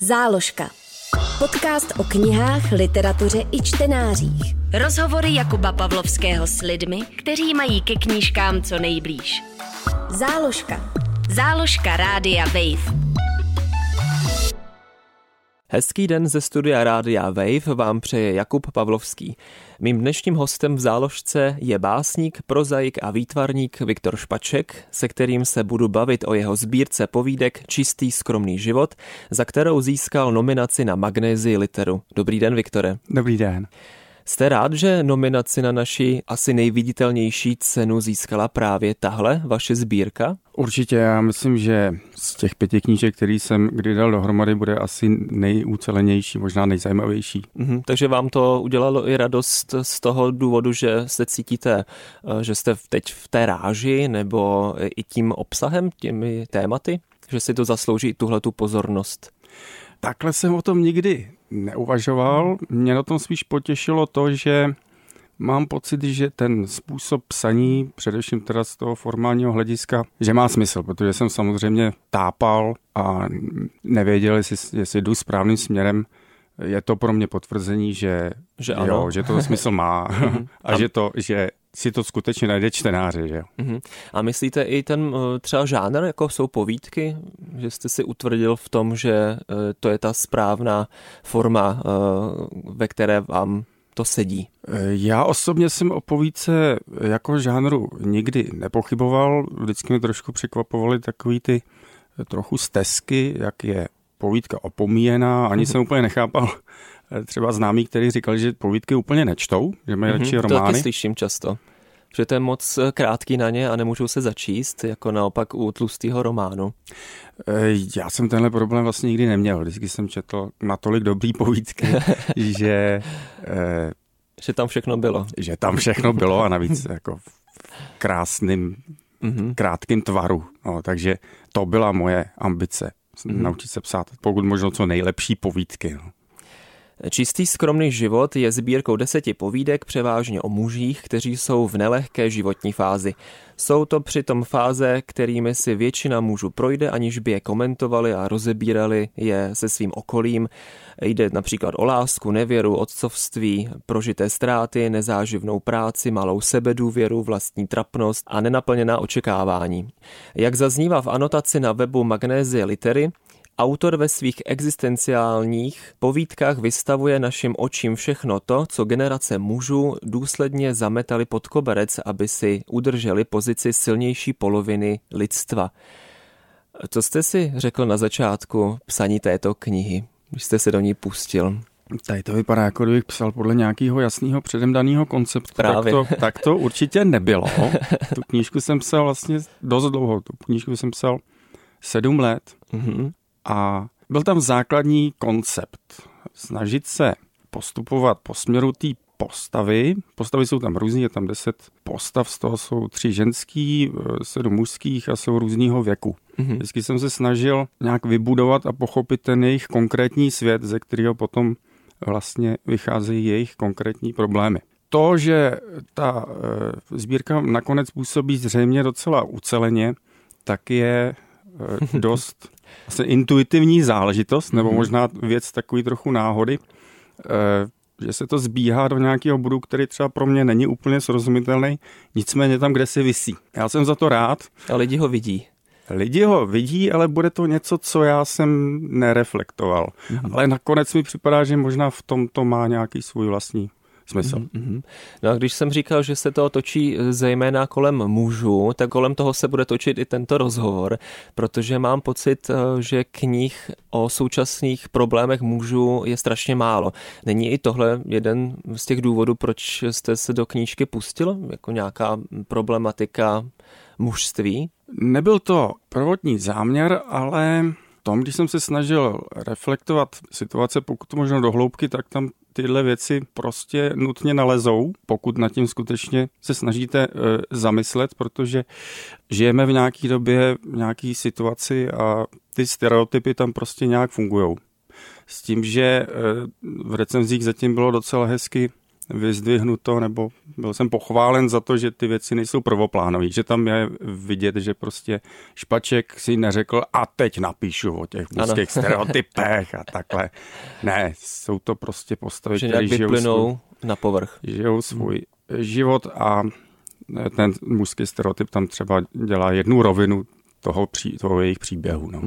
Záložka. Podcast o knihách, literatuře i čtenářích. Rozhovory Jakuba Pavlovského s lidmi, kteří mají ke knížkám co nejblíž. Záložka. Záložka Rádia Wave. Hezký den ze studia Rádia Wave vám přeje Jakub Pavlovský. Mým dnešním hostem v záložce je básník, prozaik a výtvarník Viktor Špaček, se kterým se budu bavit o jeho sbírce povídek Čistý skromný život, za kterou získal nominaci na Magnézii literu. Dobrý den, Viktore. Dobrý den. Jste rád, že nominaci na naši asi nejviditelnější cenu získala právě tahle vaše sbírka? Určitě, já myslím, že z těch 5 knížek, který jsem kdy dal dohromady, bude asi nejucelenější, možná nejzajímavější. Takže vám to udělalo i radost z toho důvodu, že se cítíte, že jste teď v té ráži, nebo i tím obsahem, těmi tématy, že si to zaslouží tuhletu pozornost? Takhle jsem o tom nikdy neuvažoval. Mě na tom spíš potěšilo to, že mám pocit, že ten způsob psaní, především teda z toho formálního hlediska, že má smysl, protože jsem samozřejmě tápal a nevěděl, jestli jdu správným směrem. Je to pro mě potvrzení, že ano. Jo, že to smysl má a že si to skutečně najde čtenáři. Že? A myslíte i ten třeba žánr, jako jsou povídky, že jste si utvrdil v tom, že to je ta správná forma, ve které vám to sedí? Já osobně jsem o povídce jako žánru nikdy nepochyboval. Vždycky mě trošku překvapovaly takový ty trochu stesky, jak je povídka opomíjená. Ani jsem úplně nechápal třeba známí, který říkal, že povídky úplně nečtou, že mají radši romány. To taky slyším často, že to je moc krátký na ně a nemůžou se začíst, jako naopak u tlustého románu. Já jsem tenhle problém vlastně nikdy neměl. Vždycky jsem četl natolik dobrý povídky, že tam všechno bylo. Že tam všechno bylo a navíc jako v krásným, krátkým tvaru. No, takže to byla moje ambice. Naučit se psát pokud možno co nejlepší povídky. No. Čistý skromný život je sbírkou 10 povídek převážně o mužích, kteří jsou v nelehké životní fázi. Jsou to přitom fáze, kterými si většina mužů projde, aniž by je komentovali a rozebírali je se svým okolím. Jde například o lásku, nevěru, otcovství, prožité ztráty, nezáživnou práci, malou sebedůvěru, vlastní trapnost a nenaplněná očekávání. Jak zaznívá v anotaci na webu Magnézie litery, autor ve svých existenciálních povídkách vystavuje našim očím všechno to, co generace mužů důsledně zametali pod koberec, aby si udrželi pozici silnější poloviny lidstva. Co jste si řekl na začátku psaní této knihy, když jste se do ní pustil? Tady to vypadá, jako kdybych psal podle nějakého jasného předem daného konceptu. Právě. Tak to určitě nebylo. Tu knížku jsem psal vlastně dost dlouho. Tu knížku jsem psal 7 let. A byl tam základní koncept. Snažit se postupovat po směru té postavy. Postavy jsou tam různý, je tam 10 postav, z toho jsou 3 ženský, 7 mužských a jsou různýho věku. Vždycky jsem se snažil nějak vybudovat a pochopit ten jejich konkrétní svět, ze kterého potom vlastně vycházejí jejich konkrétní problémy. To, že ta sbírka nakonec působí zřejmě docela uceleně, tak je dost vlastně intuitivní záležitost, nebo možná věc takový trochu náhody, že se to zbíhá do nějakého bodu, který třeba pro mě není úplně srozumitelný, nicméně tam, kde si visí. Já jsem za to rád. A lidi ho vidí. Lidi ho vidí, ale bude to něco, co já jsem nereflektoval. Ale nakonec mi připadá, že možná v tom to má nějaký svůj vlastní smysl. No a když jsem říkal, že se to točí zejména kolem mužů, tak kolem toho se bude točit i tento rozhovor, protože mám pocit, že knih o současných problémech mužů je strašně málo. Není i tohle jeden z těch důvodů, proč jste se do knížky pustil? Jako nějaká problematika mužství? Nebyl to prvotní záměr, ale tom, když jsem se snažil reflektovat situace, pokud možno do hloubky, tak tam tyhle věci prostě nutně nalezou, pokud nad tím skutečně se snažíte zamyslet, protože žijeme v nějaké době, v nějaké situaci a ty stereotypy tam prostě nějak fungujou. S tím, že v recenzích zatím bylo docela hezky vyzdvihnuto, nebo byl jsem pochválen za to, že ty věci nejsou prvoplánový, že tam je vidět, že prostě Špaček si neřekl a teď napíšu o těch mužských stereotypech a takhle. Ne, jsou to prostě postavy, které vyplynou na povrch. Žijou svůj život a ten mužský stereotyp tam třeba dělá jednu rovinu toho jejich příběhu. No.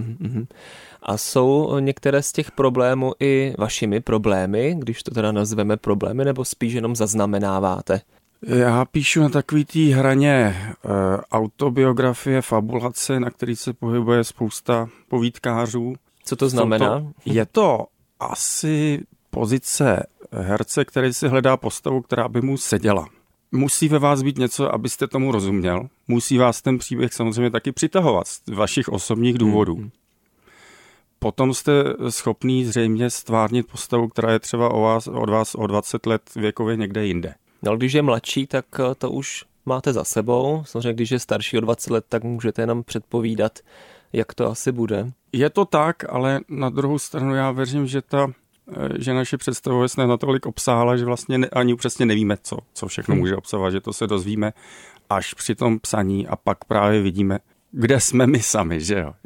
A jsou některé z těch problémů i vašimi problémy, když to teda nazveme problémy, nebo spíš jenom zaznamenáváte? Já píšu na takový té hraně autobiografie, fabulace, na který se pohybuje spousta povídkářů. Co to znamená? Je to asi pozice herce, který si hledá postavu, která by mu seděla. Musí ve vás být něco, abyste tomu rozuměl. Musí vás ten příběh samozřejmě taky přitahovat z vašich osobních důvodů. Potom jste schopný zřejmě stvárnit postavu, která je třeba od vás o 20 let věkově někde jinde. No, když je mladší, tak to už máte za sebou. Samozřejmě, když je starší o 20 let, tak můžete jenom předpovídat, jak to asi bude. Je to tak, ale na druhou stranu já věřím, že naše představa je natolik obsáhla, že vlastně ani přesně nevíme, co všechno může obsahovat, že to se dozvíme až při tom psaní a pak právě vidíme, kde jsme my sami, že jo?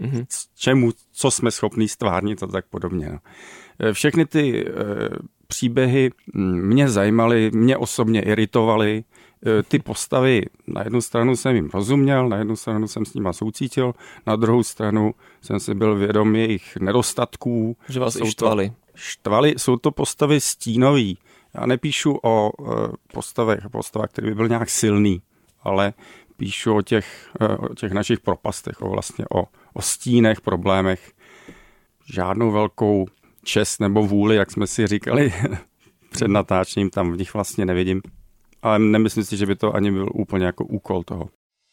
Co jsme schopní stvárnit a tak podobně. No. Všechny ty příběhy mě zajímaly, mě osobně iritovaly. Ty postavy, na jednu stranu jsem jim rozuměl, na jednu stranu jsem s nima soucítil, na druhou stranu jsem si byl vědom jejich nedostatků. Že vás štvali. Jsou to postavy stínový. Já nepíšu o postavách, který by byl nějak silný, ale píšu o těch našich propastech, o stínech, problémech. Žádnou velkou čest nebo vůli, jak jsme si říkali před natáčením, tam v nich vlastně nevidím. Ale nemyslím si, že by to ani byl úplně jako úkol toho.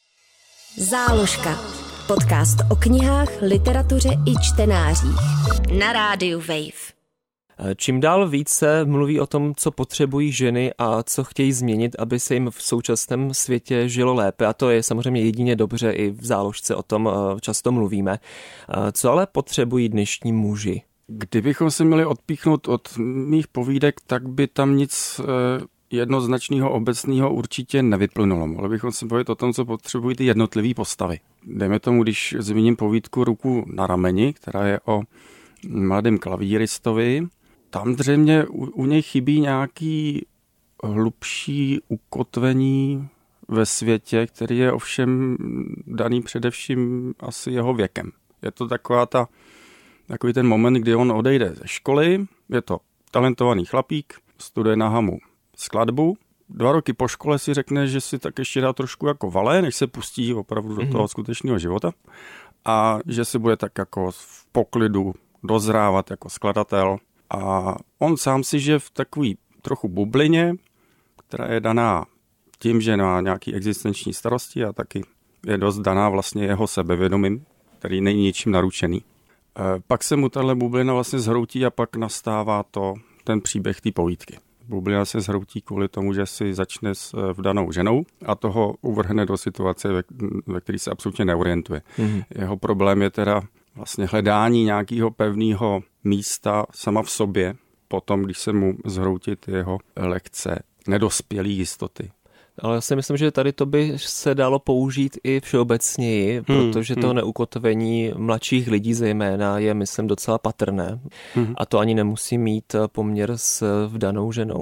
Záložka. Podcast o knihách, literatuře i čtenářích. Na rádiu Wave. Čím dál více mluví o tom, co potřebují ženy a co chtějí změnit, aby se jim v současném světě žilo lépe. A to je samozřejmě jedině dobře, i v záložce o tom často mluvíme. Co ale potřebují dnešní muži? Kdybychom se měli odpíchnout od mých povídek, tak by tam nic jednoznačného obecného určitě nevyplynulo. Mohli bychom se bavit o tom, co potřebují ty jednotlivé postavy. Dejme tomu, když zmíním povídku Ruku na rameni, která je o mladém klavíristovi, tam zřejmě u něj chybí nějaký hlubší ukotvení ve světě, který je ovšem daný především asi jeho věkem. Je to takový ten moment, kdy on odejde ze školy, je to talentovaný chlapík, studuje na Hamu skladbu, 2 roky po škole si řekne, že si tak ještě dá trošku jako vale, než se pustí opravdu do toho skutečného života a že si bude tak jako v poklidu dozrávat jako skladatel. A on sám si žije v takový trochu bublině, která je daná tím, že má nějaký existenční starosti a taky je dost daná vlastně jeho sebevědomím, který není ničím naručený. Pak se mu tahle bublina vlastně zhroutí a pak nastává ten příběh té povídky. Bublina se zhroutí kvůli tomu, že si začne s vdanou ženou a toho uvrhne do situace, ve které se absolutně neorientuje. Jeho problém je teda vlastně hledání nějakého pevného místa sama v sobě, potom, když se mu zhroutí jeho lekce nedospělý jistoty. Ale já si myslím, že tady to by se dalo použít i všeobecněji, protože to neukotvení mladších lidí zejména je, myslím, docela patrné. A to ani nemusí mít poměr s vdanou ženou.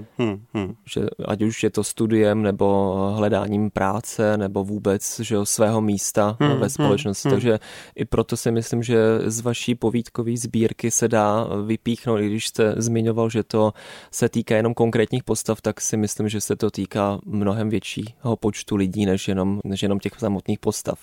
Že ať už je to studiem, nebo hledáním práce, nebo vůbec svého místa ve společnosti. Takže i proto si myslím, že z vaší povídkové sbírky se dá vypíchnout. I když jste zmiňoval, že to se týká jenom konkrétních postav, tak si myslím, že se to týká mnohem většího počtu lidí, než jenom těch samotných postav.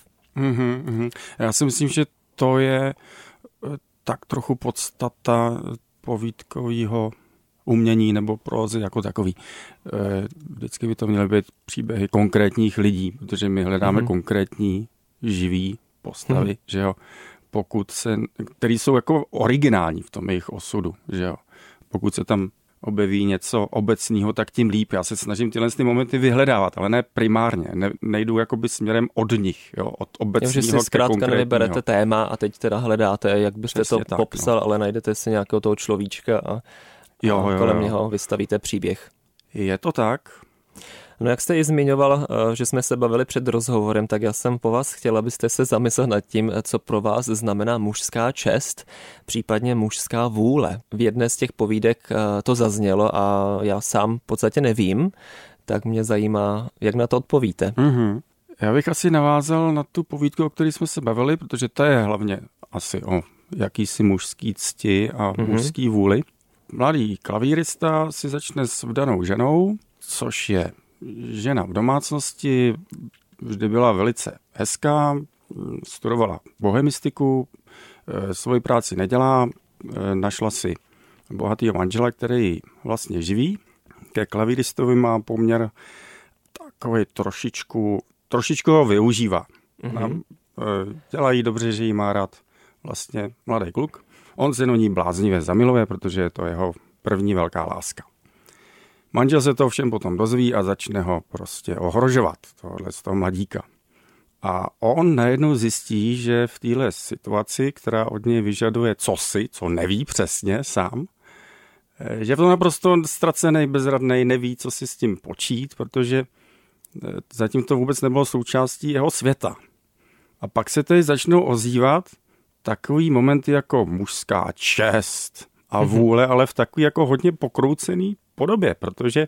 Já si myslím, že to je tak trochu podstata povídkového umění nebo prózy jako takový. Vždycky by to měly být příběhy konkrétních lidí, protože my hledáme konkrétní živý postavy, že jo. Který jsou jako originální v tom jejich osudu, že jo. Pokud se tam objeví něco obecného, tak tím líp. Já se snažím tyhle momenty vyhledávat, ale ne primárně. Nejdu jakoby směrem od nich, jo, od obecného ke konkrétního. Že si zkrátka nevyberete téma a teď teda hledáte, jak byste přesně to popsal, ale najdete si nějakého toho človíčka a kolem něho vystavíte příběh. Je to tak? No jak jste i zmiňoval, že jsme se bavili před rozhovorem, tak já jsem po vás chtěl, abyste se zamyslel nad tím, co pro vás znamená mužská čest, případně mužská vůle. V jedné z těch povídek to zaznělo a já sám v podstatě nevím, tak mě zajímá, jak na to odpovíte. Mm-hmm. Já bych asi navázal na tu povídku, o které jsme se bavili, protože to je hlavně asi o jakýsi mužský cti a mužský vůli. Mladý klavírista si začne s vdanou ženou, což je žena v domácnosti, vždy byla velice hezká, studovala bohemistiku, svoji práci nedělá, našla si bohatýho manžela, který ji vlastně živí. Ke klavíristovi má poměr takový trošičku ho využívá. Dělají dobře, že jí má rád vlastně mladý kluk. On se do ní bláznivě zamiluje, protože je to jeho první velká láska. Manžel se to všem potom dozví a začne ho prostě ohrožovat, tohle z toho mladíka. A on najednou zjistí, že v téhle situaci, která od něj vyžaduje cosi, co neví přesně sám, že je to naprosto ztracený, bezradný, neví, co si s tím počít, protože zatím to vůbec nebylo součástí jeho světa. A pak se tady začnou ozývat takový momenty jako mužská čest a vůle, ale v takový jako hodně pokroucený podobě, protože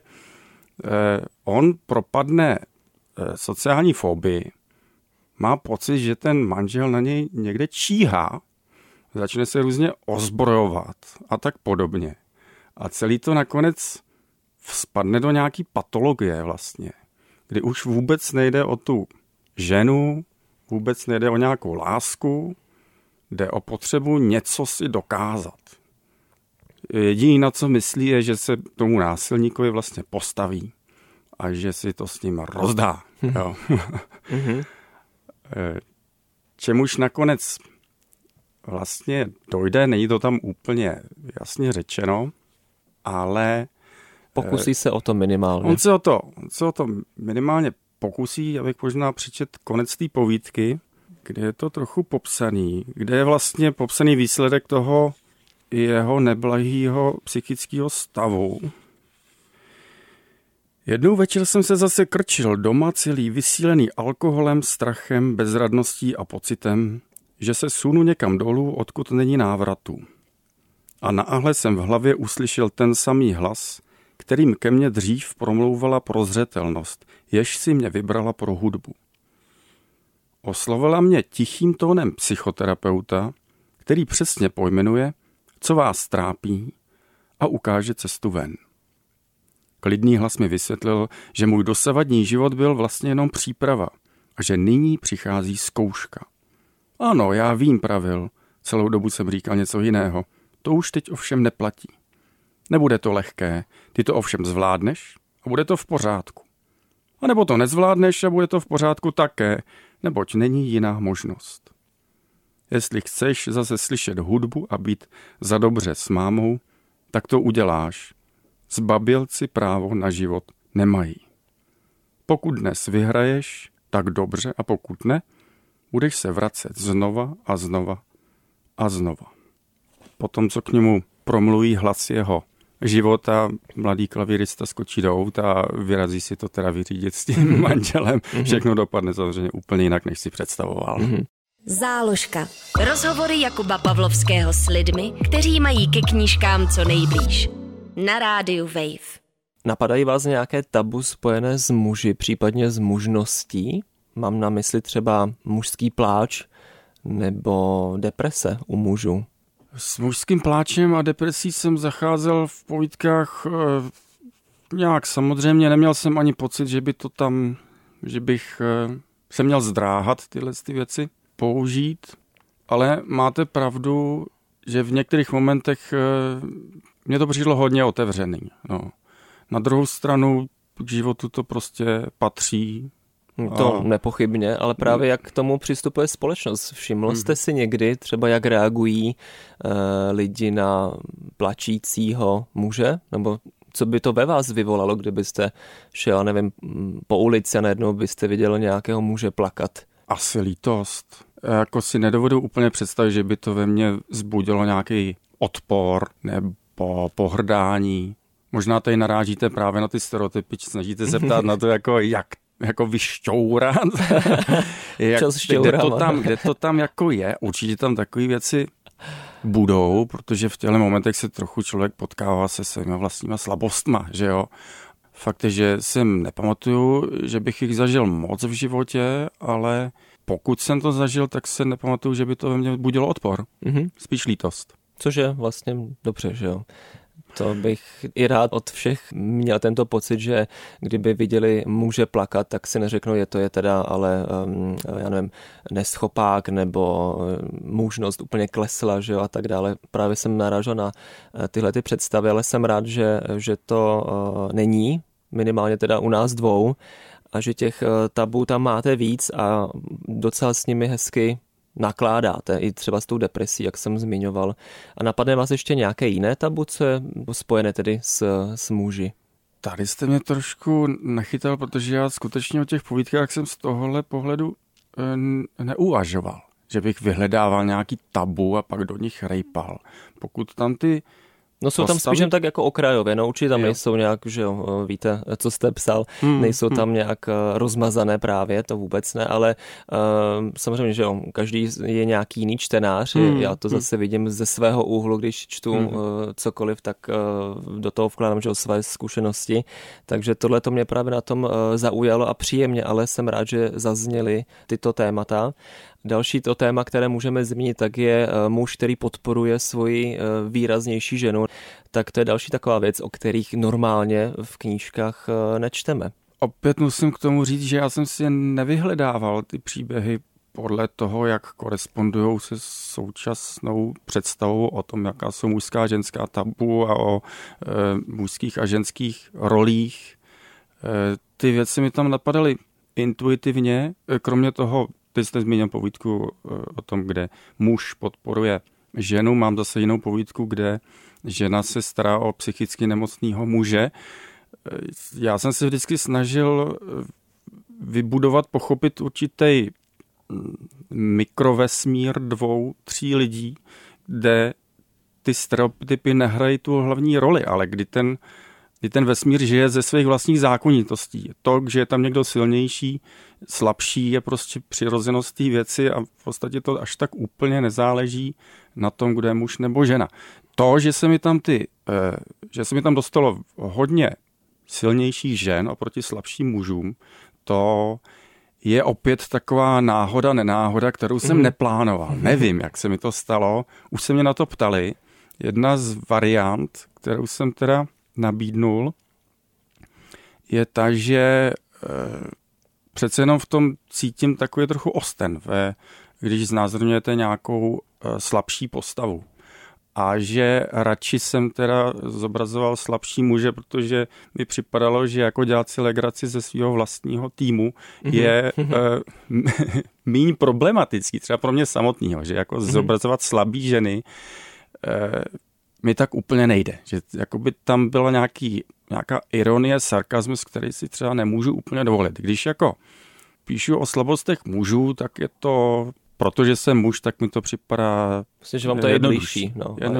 on propadne sociální fobii, má pocit, že ten manžel na něj někde číhá, začne se různě ozbrojovat a tak podobně. A celý to nakonec spadne do nějaký patologie vlastně, kdy už vůbec nejde o tu ženu, vůbec nejde o nějakou lásku, jde o potřebu něco si dokázat. Jediný, na co myslí, je, že se tomu násilníkovi vlastně postaví a že si to s ním rozdá. Jo. Čemuž nakonec vlastně dojde, není to tam úplně jasně řečeno, ale pokusí se o to minimálně. On se o to minimálně pokusí, abych možná přečet konec té povídky, kde je to trochu popsaný, kde je vlastně popsaný výsledek toho jeho neblahýho psychického stavu. Jednou večer jsem se zase krčil doma celý vysílený alkoholem, strachem, bezradností a pocitem, že se sunu někam dolů, odkud není návratu. A náhle jsem v hlavě uslyšel ten samý hlas, kterým ke mně dřív promlouvala prozřetelnost, jež si mě vybrala pro hudbu. Oslovila mě tichým tónem psychoterapeuta, který přesně pojmenuje, co vás trápí a ukáže cestu ven. Klidný hlas mi vysvětlil, že můj dosavadní život byl vlastně jenom příprava a že nyní přichází zkouška. Ano, já vím, pravil, celou dobu jsem říkal něco jiného, to už teď ovšem neplatí. Nebude to lehké, ty to ovšem zvládneš a bude to v pořádku. A nebo to nezvládneš a bude to v pořádku také, neboť není jiná možnost. Jestli chceš zase slyšet hudbu a být za dobře s mámou, tak to uděláš. Zbabělci právo na život nemají. Pokud dnes vyhraješ, tak dobře, a pokud ne, budeš se vracet znova a znova a znova. Potom, co k němu promluví hlas jeho života, mladý klavírista skočí do auta a vyrazí si to teda vyřídit s tím manželem. Všechno dopadne samozřejmě úplně jinak, než si představoval. Záložka. Rozhovory Jakuba Pavlovského s lidmi, kteří mají ke knížkám co nejblíž. Na rádiu Wave. Napadají vás nějaké tabu spojené s muži, případně s mužností? Mám na mysli třeba mužský pláč nebo deprese u mužů. S mužským pláčem a depresí jsem zacházel v povídkách nějak samozřejmě. Neměl jsem ani pocit, že by to tam, že bych se měl zdráhat tyhle věci použít. Ale máte pravdu, že v některých momentech mě to přišlo hodně otevřený. No. Na druhou stranu k životu to prostě patří. To nepochybně, ale právě jak k tomu přistupuje společnost. Všiml jste si někdy třeba, jak reagují lidi na plačícího muže? Nebo co by to ve vás vyvolalo, kdybyste šel, nevím, po ulici a najednou byste viděl nějakého muže plakat? Asi lítost. Jako si nedovedu úplně představit, že by to ve mně vzbudilo nějaký odpor nebo pohrdání. Možná tady narážíte právě na ty stereotypy, snažíte se ptát na to, jak vyšťourat. Kde to tam jako je. Určitě tam takové věci budou, protože v těchto momentech se trochu člověk potkává se svými vlastníma slabostma, že jo. Fakt je, že si nepamatuju, že bych jich zažil moc v životě, ale pokud jsem to zažil, tak se nepamatuju, že by to ve mně budilo odpor. Spíš lítost. Což je vlastně dobře, že jo. To bych i rád od všech měl tento pocit, že kdyby viděli muže plakat, tak si neřeknou, je teda ale, já nevím, neschopák nebo mužnost úplně klesla, že jo, a tak dále. Právě jsem narážel na tyhle ty představy, ale jsem rád, že to není, minimálně teda u nás dvou, a že těch tabů tam máte víc a docela s nimi hezky nakládáte, i třeba s tou depresí, jak jsem zmiňoval. A napadne vás ještě nějaké jiné tabu, co je spojené tedy s muži? Tady jste mě trošku nachytal, protože já skutečně o těch povídkách jsem z tohohle pohledu neuvažoval. Že bych vyhledával nějaký tabu a pak do nich rejpal. Pokud tam ty No jsou tam spíš tak jako okrajově, no určitě tam nejsou nějak, že jo, víte, co jste psal, nejsou tam nějak rozmazané právě, to vůbec ne, ale samozřejmě, že jo, každý je nějaký jiný čtenář, já to zase vidím ze svého úhlu, když čtu cokoliv, tak do toho vkládám, že o své zkušenosti, takže tohle to mě právě na tom zaujalo a příjemně, ale jsem rád, že zazněly tyto témata. Další to téma, které můžeme zmínit, tak je muž, který podporuje svoji výraznější ženu. Tak to je další taková věc, o kterých normálně v knížkách nečteme. Opět musím k tomu říct, že já jsem si nevyhledával ty příběhy podle toho, jak korespondují se současnou představou o tom, jaká jsou mužská a ženská tabu a o mužských a ženských rolích. Ty věci mi tam napadaly intuitivně, kromě toho, teď jste zmínil povídku o tom, kde muž podporuje ženu. Mám zase jinou povídku, kde žena se stará o psychicky nemocného muže. Já jsem se vždycky snažil vybudovat, pochopit určitý mikrovesmír 2-3 lidí, kde ty stereotypy nehrají tu hlavní roli, ale kdy ten vesmír žije ze svých vlastních zákonitostí. To, že je tam někdo silnější, slabší, je prostě přirozenost té věci a v podstatě to až tak úplně nezáleží na tom, kdo je muž nebo žena. To, že se mi tam dostalo hodně silnějších žen oproti slabším mužům, to je opět taková náhoda, nenáhoda, kterou jsem neplánoval. Nevím, jak se mi to stalo. Už se mě na to ptali. Jedna z variant, kterou jsem teda nabídnul, je ta, že přece jenom v tom cítím takový trochu osten, když znázorňujete nějakou slabší postavu. A že radši jsem teda zobrazoval slabší muže, protože mi připadalo, že jako dělat si legraci ze svého vlastního týmu je méně problematický, třeba pro mě samotného, že jako zobrazovat slabý ženy mi tak úplně nejde. Že jakoby tam byla nějaká ironie, sarkazmus, který si třeba nemůžu úplně dovolit. Když jako píšu o slabostech mužů, tak je to, protože jsem muž, tak mi to připadá myslím, že vám to je jednodušší.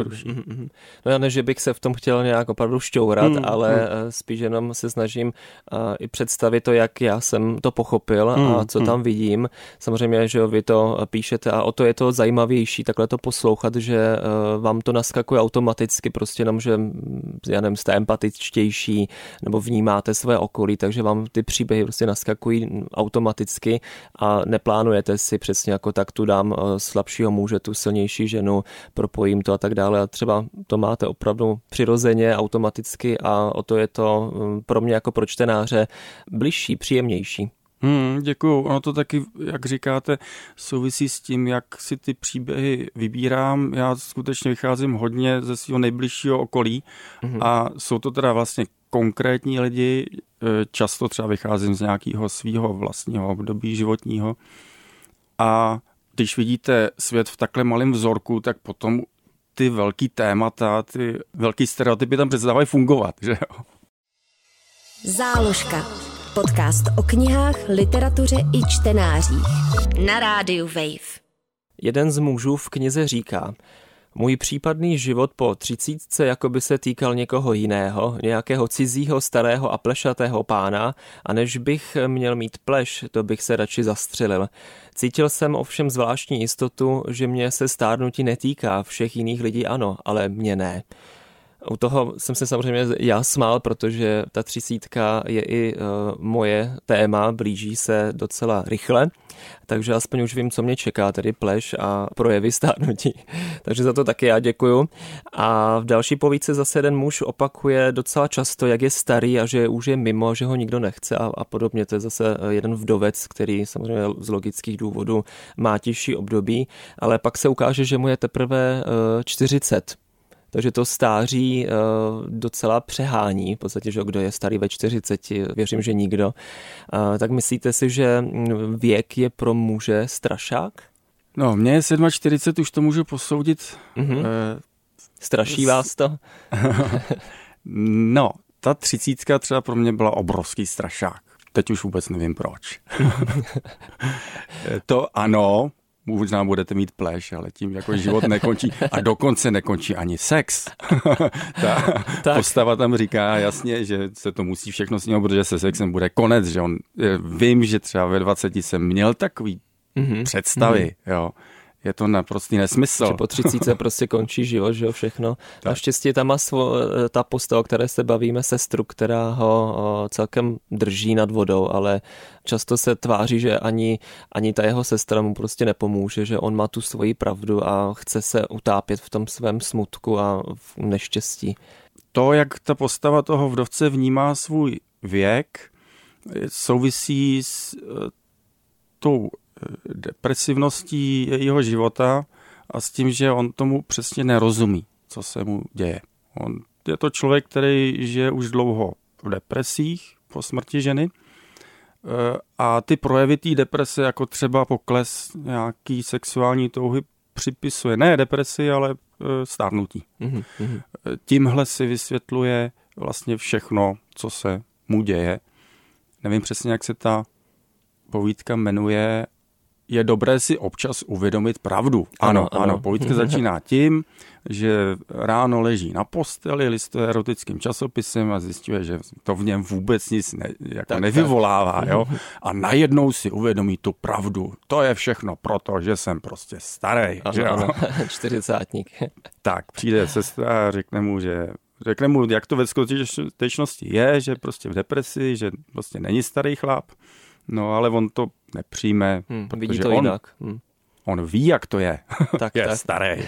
No já ne, že bych se v tom chtěl nějak opravdu šťourat, ale spíš jenom se snažím i představit to, jak já jsem to pochopil a co tam vidím. Samozřejmě, že vy to píšete a o to je to zajímavější takhle to poslouchat, že vám to naskakuje automaticky, prostě jenom, že já nevím, jste empatičtější nebo vnímáte své okolí, takže vám ty příběhy prostě naskakují automaticky a neplánujete si přesně jako tak tu dám slabšího muže, tu silnější ženu, propojím to a tak dále a třeba to máte opravdu přirozeně, automaticky a o to je to pro mě jako pro čtenáře bližší, příjemnější. Děkuju. Ono to taky, jak říkáte, souvisí s tím, jak si ty příběhy vybírám. Já skutečně vycházím hodně ze svého nejbližšího okolí a jsou to teda vlastně konkrétní lidi. Často třeba vycházím z nějakého svého vlastního období životního a když vidíte svět v takhle malém vzorku, tak potom ty velký témata, ty velký stereotypy tam přestávají fungovat, že jo? Záložka. Podcast o knihách, literatuře i čtenářích. Na rádiu Wave. Jeden z mužů v knize říká: Můj případný život po 30 jako by se týkal někoho jiného, nějakého cizího, starého a plešatého pána, a než bych měl mít pleš, to bych se radši zastřelil. Cítil jsem ovšem zvláštní jistotu, že mě se stárnutí netýká, všech jiných lidí ano, ale mě ne. U toho jsem se samozřejmě já smál, protože ta 30 je i moje téma, blíží se docela rychle, takže aspoň už vím, co mě čeká, tedy pleš a projevy stárnutí. Takže za to taky já děkuju. A v další povídce zase jeden muž opakuje docela často, jak je starý a že už je mimo, že ho nikdo nechce a podobně. To je zase jeden vdovec, který samozřejmě z logických důvodů má těžší období, ale pak se ukáže, že mu je teprve 40. Takže to stáří docela přehání, v podstatě, že kdo je starý ve 40, věřím, že nikdo. Tak myslíte si, že věk je pro muže strašák? No, mně je 47, už to můžu posoudit. Mm-hmm. Straší vás to? No, ta 30 třeba pro mě byla obrovský strašák. Teď už vůbec nevím proč. To ano, možná budete mít pleš, ale tím jako život nekončí a dokonce nekončí ani sex. Ta postava tam říká jasně, že se to musí všechno s ním, protože se sexem bude konec, že on, vím, že třeba ve 20 jsem měl takový představy, jo. Je to naprostý nesmysl. Že po 30 prostě končí život, že jo, všechno. Tak. Naštěstí tam má ta postava, o které se bavíme, sestru, která ho celkem drží nad vodou, ale často se tváří, že ani ta jeho sestra mu prostě nepomůže, že on má tu svoji pravdu a chce se utápět v tom svém smutku a v neštěstí. To, jak ta postava toho vdovce vnímá svůj věk, souvisí s tou depresivností jejího života a s tím, že on tomu přesně nerozumí, co se mu děje. On je to člověk, který žije už dlouho v depresích po smrti ženy a ty projevy té deprese, jako třeba pokles nějaký sexuální touhy, připisuje ne depresi, ale stárnutí. Mm-hmm. Tímhle si vysvětluje vlastně všechno, co se mu děje. Nevím přesně, jak se ta povídka jmenuje. Je dobré si občas uvědomit pravdu. Ano. Povídka začíná tím, že ráno leží na posteli, listuje erotickým časopisem a zjišťuje, že to v něm vůbec nic nevyvolává. Jo? A najednou si uvědomí tu pravdu. To je všechno proto, že jsem prostě starý. Ano, 40. Tak přijde sestra a řekne mu, jak to ve skutečnosti je, že prostě v depresi, že prostě není starý chlap. No, ale on to nepřijme, vidí to jinak. On ví, jak to je. Tak, je starý.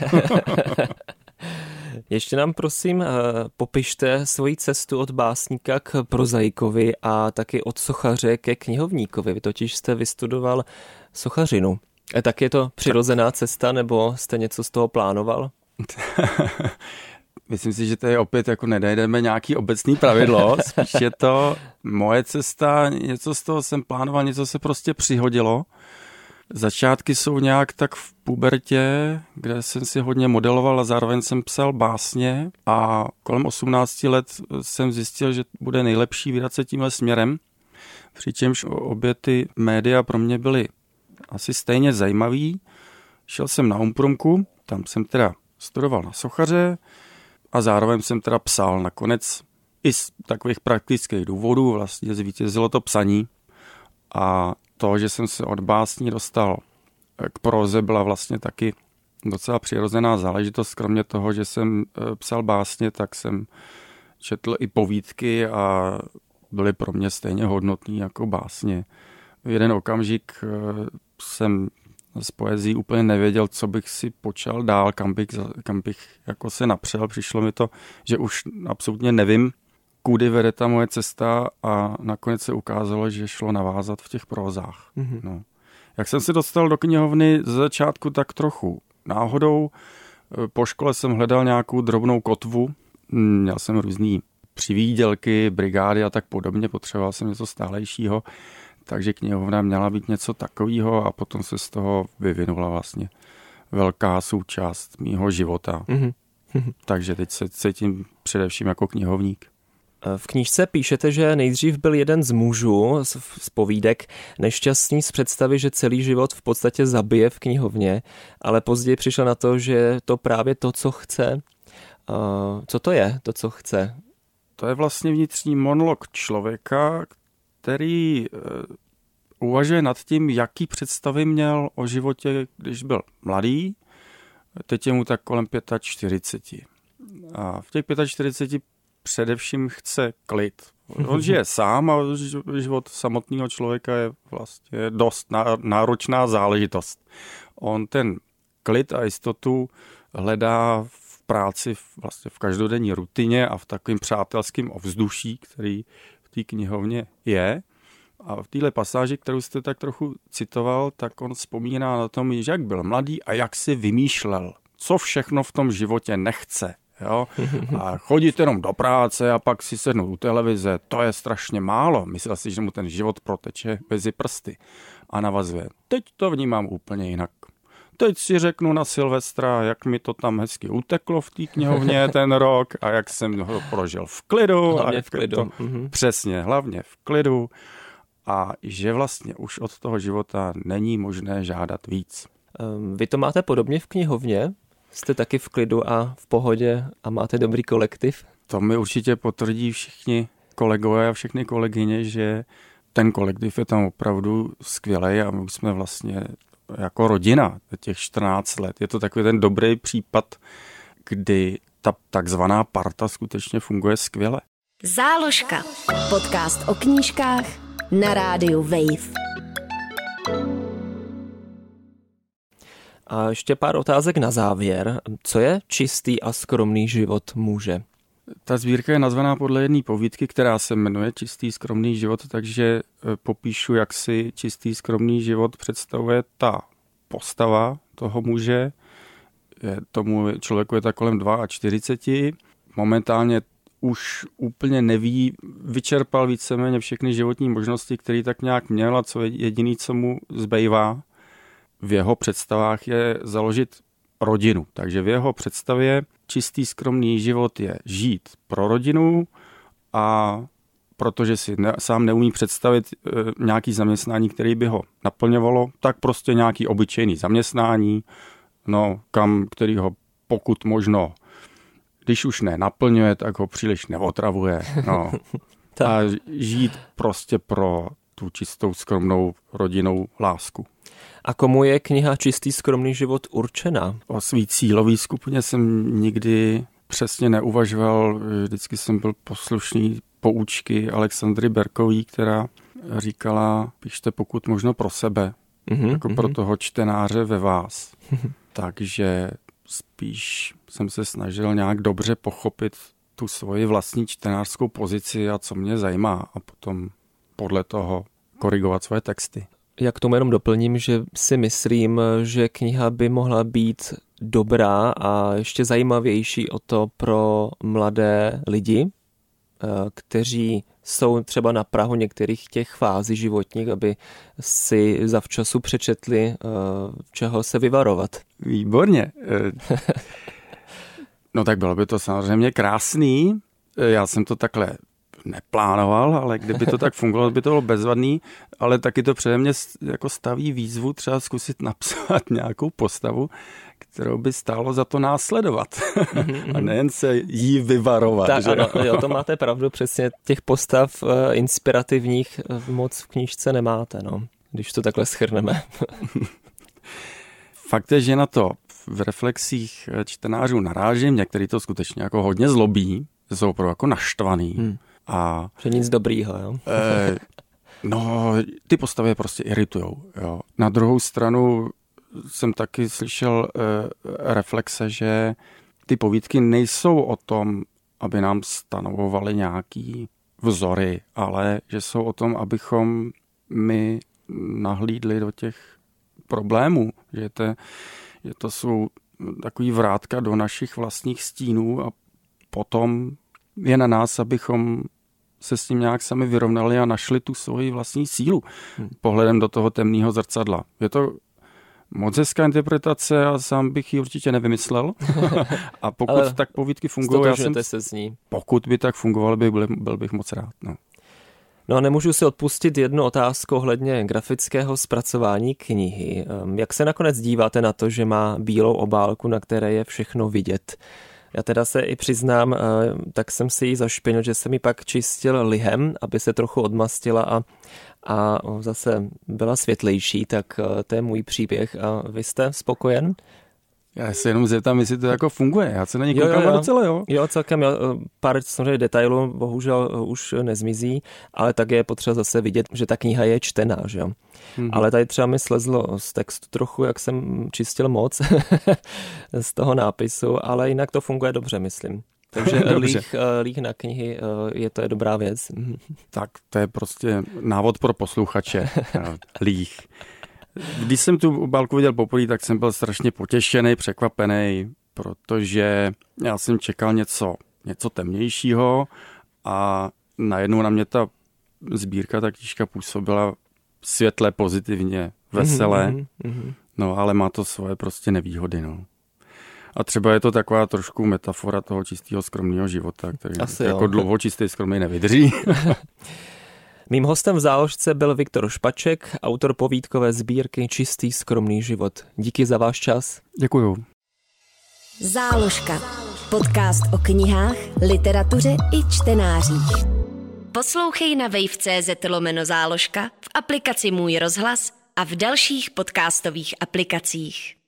Ještě nám prosím popište svoji cestu od básníka k prozaikovi a taky od sochaře ke knihovníkovi. Vy totiž jste vystudoval sochařinu. Tak je to přirozená cesta, nebo jste něco z toho plánoval? Myslím si, že to je opět jako nedajdeme nějaký obecný pravidlo, spíš je to moje cesta, něco z toho jsem plánoval, něco se prostě přihodilo. Začátky jsou nějak tak v pubertě, kde jsem si hodně modeloval a zároveň jsem psal básně a kolem 18 let jsem zjistil, že bude nejlepší vydat se tímhle směrem, přičemž obě ty média pro mě byly asi stejně zajímavý. Šel jsem na Umprumku, tam jsem teda studoval na sochaře, a zároveň jsem teda psal nakonec i z takových praktických důvodů, vlastně zvítězilo to psaní a to, že jsem se od básní dostal k próze, byla vlastně taky docela přirozená záležitost. Kromě toho, že jsem psal básně, tak jsem četl i povídky a byly pro mě stejně hodnotný jako básně. V jeden okamžik jsem z poezí úplně nevěděl, co bych si počal dál, kam bych jako se napřel. Přišlo mi to, že už absolutně nevím, kudy vede ta moje cesta a nakonec se ukázalo, že šlo navázat v těch prózách. Mm-hmm. No. Jak jsem se dostal do knihovny ze začátku, tak trochu náhodou. Po škole jsem hledal nějakou drobnou kotvu. Měl jsem různý přivídělky, brigády a tak podobně. Potřeboval jsem něco stálejšího. Takže knihovna měla být něco takového a potom se z toho vyvinula vlastně velká součást mýho života. Mm-hmm. Takže teď se cítím především jako knihovník. V knížce píšete, že nejdřív byl jeden z mužů z povídek nešťastný z představy, že celý život v podstatě zabije v knihovně, ale později přišel na to, že je to právě to, co chce. Co to je, to, co chce? To je vlastně vnitřní monolog člověka, který uvažuje nad tím, jaký představy měl o životě, když byl mladý. Teď je mu tak kolem 45. A v těch 45 především chce klid. On žije sám a život samotného člověka je vlastně dost náročná záležitost. On ten klid a jistotu hledá v práci, vlastně v každodenní rutině a v takovém přátelském ovzduší, který v té knihovně je. A v téhle pasáži, kterou jste tak trochu citoval, tak on vzpomíná na tom, jak byl mladý a jak si vymýšlel, co všechno v tom životě nechce. Jo? A chodit jenom do práce a pak si sednout u televize, to je strašně málo. Myslel si, že mu ten život proteče mezi prsty. A navazuje, teď to vnímám úplně jinak. Teď si řeknu na Silvestra, jak mi to tam hezky uteklo v té knihovně ten rok a jak jsem ho prožil v klidu. Hlavně v klidu. Přesně, hlavně v klidu. A že vlastně už od toho života není možné žádat víc. Vy to máte podobně v knihovně? Jste taky v klidu a v pohodě a máte dobrý kolektiv? To mi určitě potvrdí všichni kolegové a všechny kolegyně, že ten kolektiv je tam opravdu skvělý a my jsme vlastně jako rodina těch 14 let. Je to takový ten dobrý případ, kdy ta takzvaná parta skutečně funguje skvěle. Záložka. Podcast o knížkách na rádiu Wave. A ještě pár otázek na závěr. Co je čistý a skromný život muže? Ta sbírka je nazvaná podle jedné povídky, která se jmenuje Čistý skromný život, takže popíšu, jak si čistý skromný život představuje ta postava toho muže. Tomu člověku je tak kolem 42. Momentálně už úplně neví, vyčerpal víceméně všechny životní možnosti, které tak nějak měl a co jediný, co mu zbývá v jeho představách je založit rodinu. Takže v jeho představě čistý skromný život je žít pro rodinu a protože si sám neumí představit nějaký zaměstnání, který by ho naplňovalo, tak prostě nějaký obyčejný zaměstnání, který ho pokud možno, když už naplňuje, tak ho příliš neotravuje. A žít prostě pro tu čistou skromnou rodinnou lásku. A komu je kniha Čistý skromný život určena? O svý cílový skupině jsem nikdy přesně neuvažoval. Vždycky jsem byl poslušný poučky Alexandry Berkový, která říkala, pište pokud možno pro sebe, pro toho čtenáře ve vás. Takže spíš jsem se snažil nějak dobře pochopit tu svoji vlastní čtenářskou pozici a co mě zajímá a potom podle toho korigovat svoje texty. Já k tomu jenom doplním, že si myslím, že kniha by mohla být dobrá a ještě zajímavější o to pro mladé lidi, kteří jsou třeba na prahu některých těch fází životních, aby si zavčasu přečetli, čeho se vyvarovat. Výborně. No tak bylo by to samozřejmě krásný. Já jsem to takhle neplánoval, ale kdyby to tak fungovalo, by to bylo bezvadný, ale taky to přede mě jako staví výzvu třeba zkusit napsat nějakou postavu, kterou by stálo za to následovat a nejen se jí vyvarovat. Tak že? Ano, jo, to máte pravdu, přesně těch postav inspirativních moc v knížce nemáte, když to takhle shrneme. Fakt je, že na to v reflexích čtenářů narážím, některý to skutečně jako hodně zlobí, jsou opravdu jako naštvaný. A že nic dobrýho, jo? Ty postavy prostě iritujou. Jo. Na druhou stranu jsem taky slyšel reflexe, že ty povídky nejsou o tom, aby nám stanovovaly nějaký vzory, ale že jsou o tom, abychom my nahlídli do těch problémů, že to jsou takový vrátka do našich vlastních stínů a potom je na nás, abychom se s tím nějak sami vyrovnali a našli tu svoji vlastní sílu pohledem do toho temného zrcadla. Je to moc hezká interpretace a sám bych ji určitě nevymyslel. A pokud tak povídky fungují, se s ní. Pokud by tak fungoval, byl bych moc rád. No a nemůžu si odpustit jednu otázku ohledně grafického zpracování knihy. Jak se nakonec díváte na to, že má bílou obálku, na které je všechno vidět? Já teda se i přiznám, tak jsem si ji zašpinil, že jsem ji pak čistil lihem, aby se trochu odmastila a zase byla světlejší, tak to je můj příběh. A vy jste spokojen? Já se jenom zeptám, jestli to jako funguje. Já se na ní koukám docela, jo? Jo, celkem. Pár samozřejmě detailů bohužel už nezmizí, ale tak je potřeba zase vidět, že ta kniha je čtená, že jo. Ale tady třeba mi slezlo z textu trochu, jak jsem čistil moc z toho nápisu, ale jinak to funguje dobře, myslím. Takže líh na knihy to je dobrá věc. Tak to je prostě návod pro posluchače. Líh. Když jsem tu obálku viděl poprvé, tak jsem byl strašně potěšený, překvapený, protože já jsem čekal něco temnějšího a najednou na mě ta sbírka, ta knížka působila světle, pozitivně, veselé, no ale má to svoje prostě nevýhody, no. A třeba je to taková trošku metafora toho čistého skromného života, který jako dlouho čistý skromný nevydrží. Mým hostem v záložce byl Viktor Špaček, autor povídkové sbírky Čistý skromný život. Díky za váš čas. Děkuju. Záložka. Podcast o knihách, literatuře i čtenářích. Poslouchej na wave.cz/záložka, v aplikaci Můj rozhlas a v dalších podcastových aplikacích.